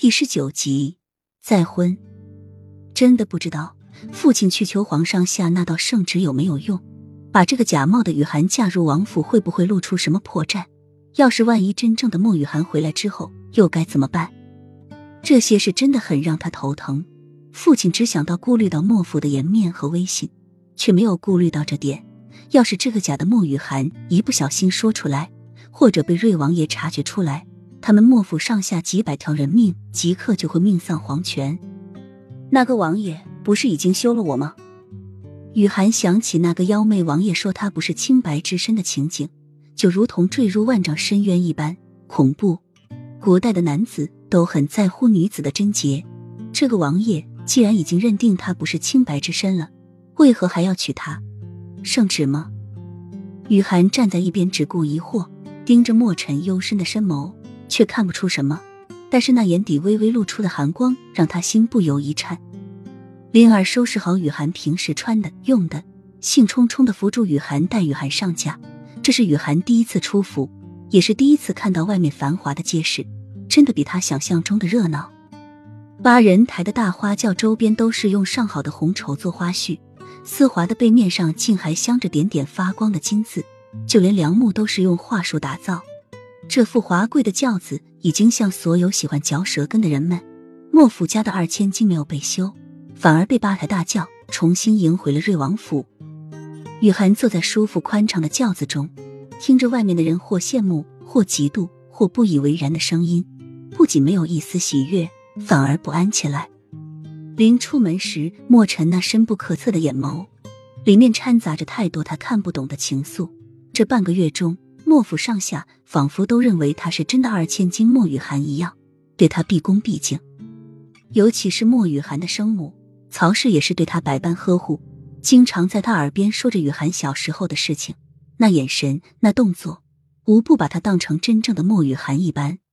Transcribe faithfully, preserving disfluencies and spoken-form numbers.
第十九集再婚。真的不知道父亲去求皇上下那道圣旨有没有用，把这个假冒的雨涵嫁入王府会不会露出什么破绽，要是万一真正的莫雨涵回来之后又该怎么办，这些是真的很让他头疼。父亲只想到顾虑到莫府的颜面和威信，却没有顾虑到这点，要是这个假的莫雨涵一不小心说出来，或者被瑞王爷察觉出来，他们莫府上下几百条人命即刻就会命丧黄泉。那个王爷不是已经休了我吗？雨涵想起那个妖媚王爷说他不是清白之身的情景，就如同坠入万丈深渊一般恐怖。古代的男子都很在乎女子的贞洁，这个王爷既然已经认定他不是清白之身了，为何还要娶她？圣旨吗？雨涵站在一边只顾疑惑，盯着莫尘幽深的深眸，却看不出什么，但是那眼底微微露出的寒光让他心不由一颤。灵儿收拾好雨涵平时穿的用的，兴冲冲地扶住雨涵带雨涵上架。这是雨涵第一次出府，也是第一次看到外面繁华的街市，真的比他想象中的热闹。八人台的大花轿周边都是用上好的红绸做花絮，丝滑的背面上竟还镶着点点发光的金字，就连梁木都是用桦树打造。这副华贵的轿子已经向所有喜欢嚼舌根的人们，莫府家的二千金没有被休，反而被八抬大轿重新迎回了瑞王府。雨涵坐在舒服宽敞的轿子中，听着外面的人或羡慕或嫉妒或不以为然的声音，不仅没有一丝喜悦，反而不安起来。临出门时，莫尘那深不可测的眼眸里面掺杂着太多他看不懂的情愫。这半个月中，莫府上下仿佛都认为他是真的二千金莫雨涵一样，对他毕恭毕敬。尤其是莫雨涵的生母曹氏也是对他百般呵护，经常在他耳边说着雨涵小时候的事情，那眼神那动作无不把他当成真正的莫雨涵一般。